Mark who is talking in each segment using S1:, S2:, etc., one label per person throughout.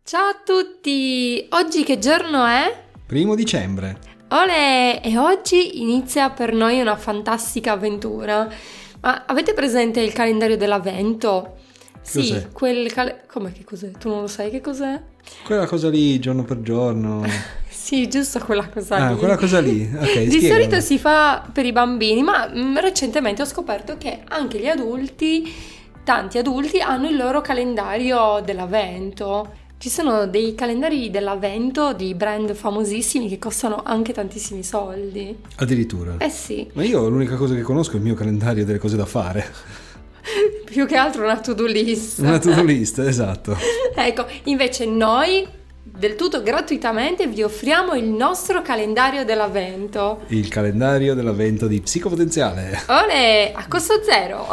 S1: Ciao a tutti! Oggi che giorno è?
S2: 1° dicembre.
S1: Olè! E oggi inizia per noi una fantastica avventura. Ma avete presente il calendario dell'avvento?
S2: Cos'è?
S1: Come che cos'è? Tu non lo sai che cos'è?
S2: Quella cosa lì, giorno per giorno.
S1: Sì, giusto quella cosa lì.
S2: Quella cosa lì. Ok,
S1: Di
S2: spiegalo.
S1: solito si fa per i bambini, ma recentemente ho scoperto che anche gli adulti, tanti adulti, hanno il loro calendario dell'avvento. Ci sono dei calendari dell'avvento di brand famosissimi che costano anche tantissimi soldi.
S2: Addirittura.
S1: Eh sì,
S2: Ma io l'unica cosa che conosco è il mio calendario delle cose da fare.
S1: più che altro una to-do list.
S2: Una to-do list, esatto.
S1: Ecco, invece noi del tutto gratuitamente vi offriamo il nostro calendario dell'avvento.
S2: Il calendario dell'avvento di Psicopotenziale.
S1: Olè, a costo zero.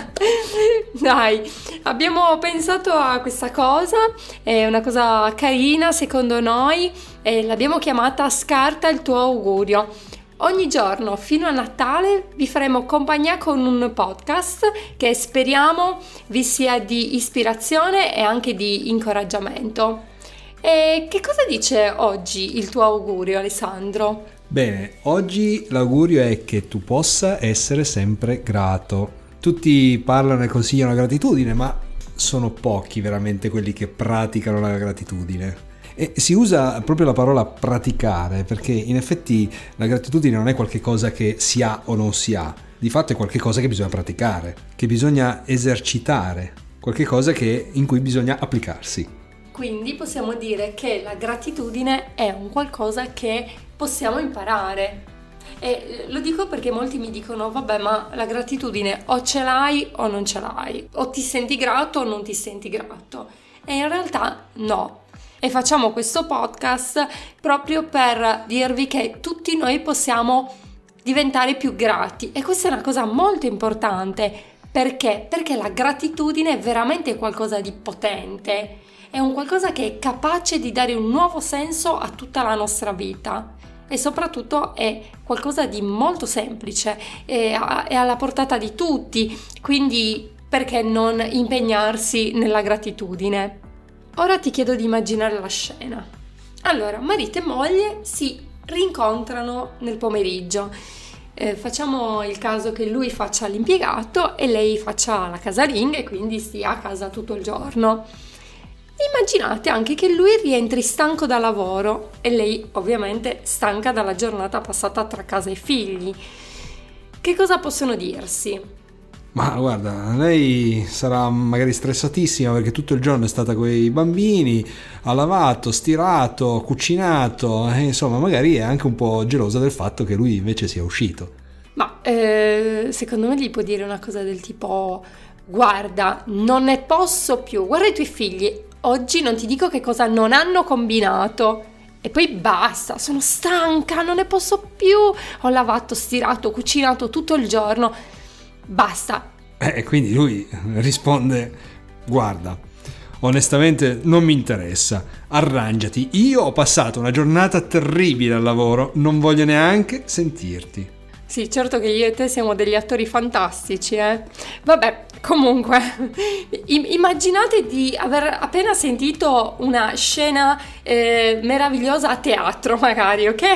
S1: Dai, abbiamo pensato a questa cosa, è una cosa carina secondo noi e l'abbiamo chiamata Scarta il tuo augurio. Ogni giorno fino a Natale vi faremo compagnia con un podcast che speriamo vi sia di ispirazione e anche di incoraggiamento. E che cosa dice oggi il tuo augurio, Alessandro?
S2: Bene, oggi l'augurio è che tu possa essere sempre grato. Tutti parlano e consigliano la gratitudine, ma sono pochi veramente quelli che praticano la gratitudine. E si usa proprio la parola praticare, perché in effetti la gratitudine non è qualcosa che si ha o non si ha. Di fatto è qualcosa che bisogna praticare, che bisogna esercitare, qualcosa in cui bisogna applicarsi.
S1: Quindi possiamo dire che la gratitudine è un qualcosa che possiamo imparare. E lo dico perché molti mi dicono, vabbè, ma la gratitudine o ce l'hai o non ce l'hai, o ti senti grato o non ti senti grato. E in realtà no. E facciamo questo podcast proprio per dirvi che tutti noi possiamo diventare più grati. E questa è una cosa molto importante. Perché? Perché la gratitudine è veramente qualcosa di potente. È un qualcosa che è capace di dare un nuovo senso a tutta la nostra vita e soprattutto è qualcosa di molto semplice, è alla portata di tutti, quindi perché non impegnarsi nella gratitudine? Ora ti chiedo di immaginare la scena. Allora, marito e moglie si rincontrano nel pomeriggio. Facciamo il caso che lui faccia l'impiegato e lei faccia la casalinga e quindi stia a casa tutto il giorno. Immaginate anche che lui rientri stanco da lavoro e lei ovviamente stanca dalla giornata passata tra casa e figli. Che cosa possono dirsi?
S2: Ma guarda, lei sarà magari stressatissima perché tutto il giorno è stata con i bambini, ha lavato, stirato, cucinato e insomma magari è anche un po' gelosa del fatto che lui invece sia uscito.
S1: Ma secondo me gli può dire una cosa del tipo: guarda, non ne posso più, guarda i tuoi figli, oggi non ti dico che cosa non hanno combinato. E poi basta, sono stanca, non ne posso più, ho lavato, stirato, cucinato tutto il giorno. Basta.
S2: E quindi lui risponde: guarda, onestamente non mi interessa, arrangiati, io ho passato una giornata terribile al lavoro, non voglio neanche sentirti.
S1: Sì, certo che io e te siamo degli attori fantastici, eh? Vabbè, comunque, immaginate di aver appena sentito una scena meravigliosa a teatro, magari, ok?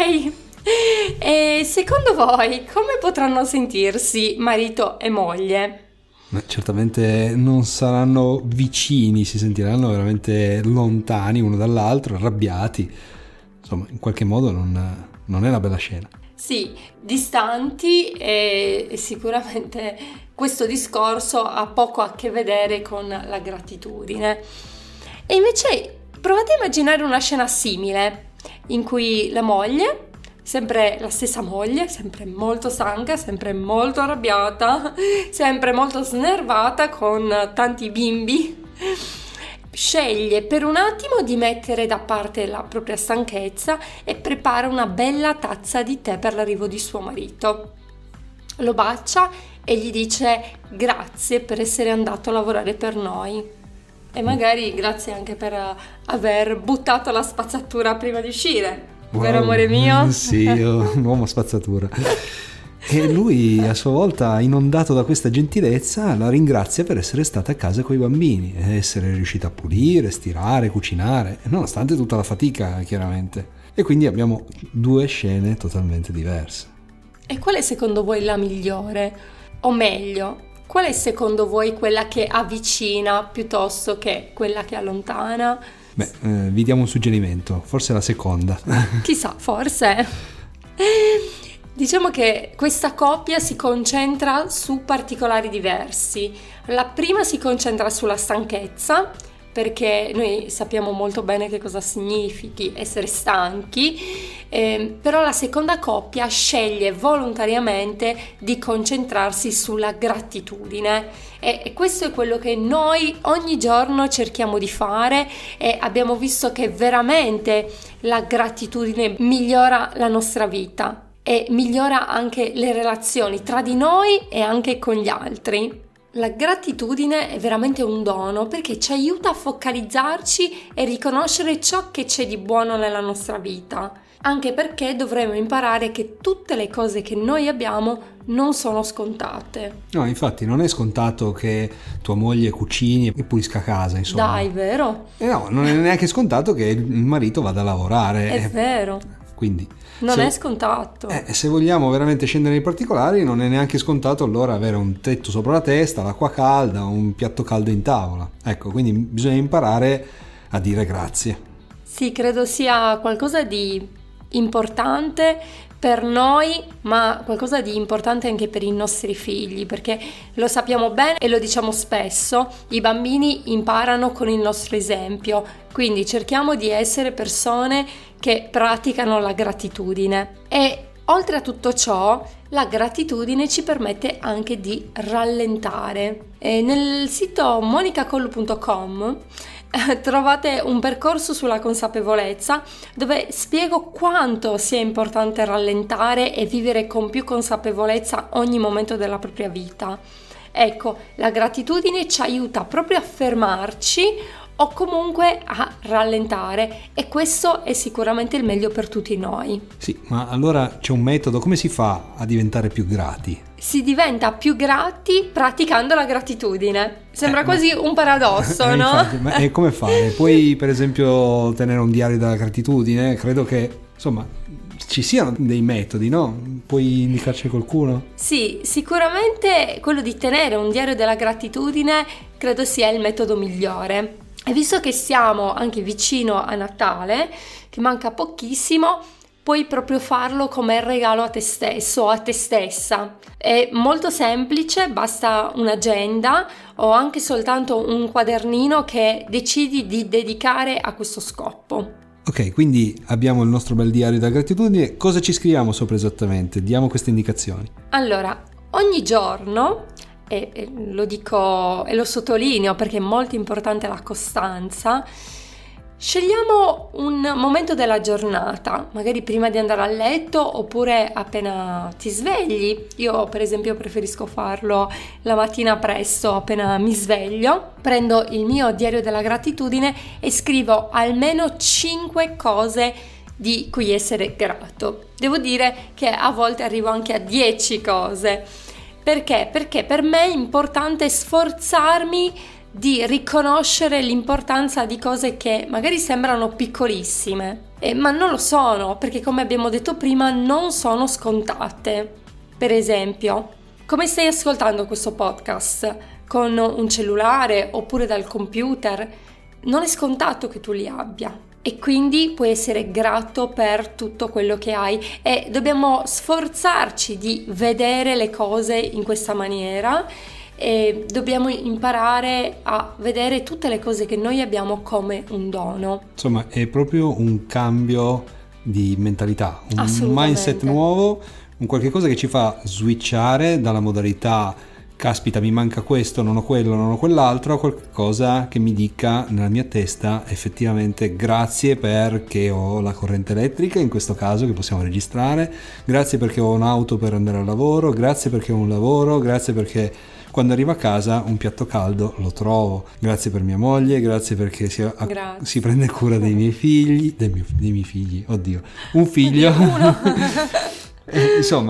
S1: E secondo voi come potranno sentirsi marito e moglie?
S2: Ma certamente non saranno vicini, si sentiranno veramente lontani uno dall'altro, arrabbiati. Insomma, in qualche modo non è una bella scena.
S1: Sì, distanti e sicuramente questo discorso ha poco a che vedere con la gratitudine. E invece provate a immaginare una scena simile in cui la moglie, sempre la stessa moglie, sempre molto stanca, sempre molto arrabbiata, sempre molto snervata con tanti bimbi, sceglie per un attimo di mettere da parte la propria stanchezza e prepara una bella tazza di tè per l'arrivo di suo marito. Lo bacia e gli dice grazie per essere andato a lavorare per noi e magari grazie anche per aver buttato la spazzatura prima di uscire.
S2: Wow,
S1: vero amore mio?
S2: Sì, un uomo spazzatura. E lui a sua volta, inondato da questa gentilezza, la ringrazia per essere stata a casa con i bambini, essere riuscita a pulire, stirare, cucinare, nonostante tutta la fatica, chiaramente. E quindi abbiamo due scene totalmente diverse.
S1: E qual è secondo voi la migliore? O meglio, qual è secondo voi quella che avvicina piuttosto che quella che allontana?
S2: Beh, vi diamo un suggerimento, forse la seconda.
S1: Chissà, forse. Diciamo che questa coppia si concentra su particolari diversi. La prima si concentra sulla stanchezza, perché noi sappiamo molto bene che cosa significhi essere stanchi, però la seconda coppia sceglie volontariamente di concentrarsi sulla gratitudine e questo è quello che noi ogni giorno cerchiamo di fare e abbiamo visto che veramente la gratitudine migliora la nostra vita e migliora anche le relazioni tra di noi e anche con gli altri. La gratitudine è veramente un dono perché ci aiuta a focalizzarci e riconoscere ciò che c'è di buono nella nostra vita, anche perché dovremo imparare che tutte le cose che noi abbiamo non sono scontate.
S2: No, infatti non è scontato che tua moglie cucini e pulisca casa, insomma.
S1: Dai, vero?
S2: E no, non è neanche scontato che il marito vada a lavorare.
S1: È vero.
S2: Quindi
S1: non è scontato.
S2: Se vogliamo veramente scendere nei particolari, non è neanche scontato allora avere un tetto sopra la testa, l'acqua calda, un piatto caldo in tavola. Ecco, quindi bisogna imparare a dire grazie.
S1: Sì, credo sia qualcosa di importante per noi, ma qualcosa di importante anche per i nostri figli, perché lo sappiamo bene e lo diciamo spesso, i bambini imparano con il nostro esempio, quindi cerchiamo di essere persone che praticano la gratitudine e oltre a tutto ciò la gratitudine ci permette anche di rallentare. Nel sito monicacollu.com trovate un percorso sulla consapevolezza dove spiego quanto sia importante rallentare e vivere con più consapevolezza ogni momento della propria vita. Ecco, la gratitudine ci aiuta proprio a fermarci o comunque a rallentare e questo è sicuramente il meglio per tutti noi.
S2: Sì, ma allora c'è un metodo, come si fa a diventare più grati?
S1: Si diventa più grati praticando la gratitudine. Sembra quasi un paradosso, no?
S2: Infatti, ma e come fare? Puoi per esempio tenere un diario della gratitudine? Credo che insomma ci siano dei metodi, no? Puoi indicarci qualcuno?
S1: Sì, sicuramente quello di tenere un diario della gratitudine credo sia il metodo migliore. E visto che siamo anche vicino a Natale, che manca pochissimo, puoi proprio farlo come regalo a te stesso o a te stessa. È molto semplice, basta un'agenda o anche soltanto un quadernino che decidi di dedicare a questo scopo.
S2: Ok, quindi abbiamo il nostro bel diario della gratitudine. Cosa ci scriviamo sopra esattamente? Diamo queste indicazioni.
S1: Allora, ogni giorno, e lo dico e lo sottolineo perché è molto importante la costanza, scegliamo un momento della giornata, magari prima di andare a letto oppure appena ti svegli. Io per esempio preferisco farlo la mattina presto, appena mi sveglio. Prendo il mio diario della gratitudine e scrivo almeno 5 cose di cui essere grato. Devo dire che a volte arrivo anche a 10 cose. Perché? Perché per me è importante sforzarmi di riconoscere l'importanza di cose che magari sembrano piccolissime, ma non lo sono, perché come abbiamo detto prima non sono scontate. Per esempio, come stai ascoltando questo podcast? Con un cellulare oppure dal computer? Non è scontato che tu li abbia. E quindi puoi essere grato per tutto quello che hai e dobbiamo sforzarci di vedere le cose in questa maniera e dobbiamo imparare a vedere tutte le cose che noi abbiamo come un dono.
S2: Insomma, è proprio un cambio di mentalità, un mindset nuovo, un qualche cosa che ci fa switchare dalla modalità caspita mi manca questo, non ho quello, non ho quell'altro, qualcosa che mi dica nella mia testa effettivamente grazie perché ho la corrente elettrica in questo caso che possiamo registrare, grazie perché ho un'auto per andare al lavoro, grazie perché ho un lavoro, grazie perché quando arrivo a casa un piatto caldo lo trovo, grazie per mia moglie, grazie perché si prende cura dei miei figli, dei miei figli, oddio, un figlio. Insomma,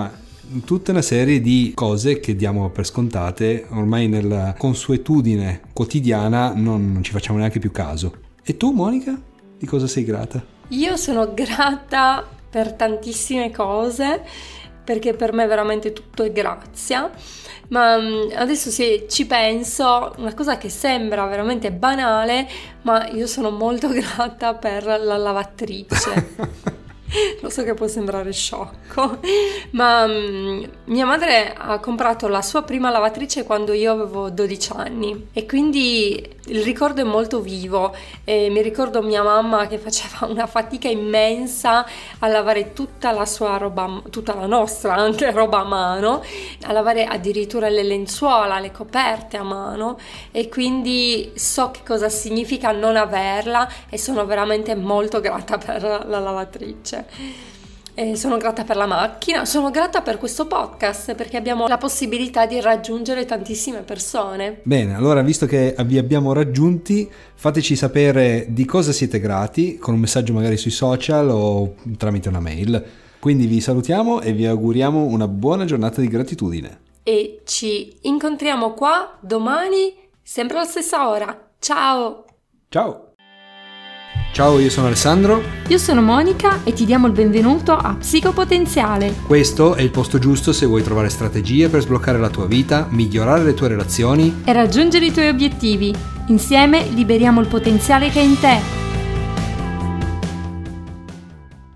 S2: tutta una serie di cose che diamo per scontate, ormai nella consuetudine quotidiana non ci facciamo neanche più caso. E tu, Monica, di cosa sei grata?
S1: Io sono grata per tantissime cose, perché per me veramente tutto è grazia, ma adesso se ci penso, una cosa che sembra veramente banale, ma io sono molto grata per la lavatrice. Lo so che può sembrare sciocco, ma mia madre ha comprato la sua prima lavatrice quando io avevo 12 anni e quindi il ricordo è molto vivo. E mi ricordo mia mamma che faceva una fatica immensa a lavare tutta la sua roba, tutta la nostra anche roba a mano, a lavare addirittura le lenzuola, le coperte a mano, e quindi so che cosa significa non averla e sono veramente molto grata per la lavatrice. E sono grata per la macchina, sono grata per questo podcast perché abbiamo la possibilità di raggiungere tantissime persone.
S2: Bene, allora visto che vi abbiamo raggiunti, fateci sapere di cosa siete grati con un messaggio magari sui social o tramite una mail. Quindi vi salutiamo e vi auguriamo una buona giornata di gratitudine.
S1: E ci incontriamo qua domani, sempre alla stessa ora. Ciao!
S2: Ciao! Ciao, io sono Alessandro.
S1: Io sono Monica e ti diamo il benvenuto a Psicopotenziale.
S2: Questo è il posto giusto se vuoi trovare strategie per sbloccare la tua vita, migliorare le tue relazioni
S1: e raggiungere i tuoi obiettivi. Insieme liberiamo il potenziale che è in te.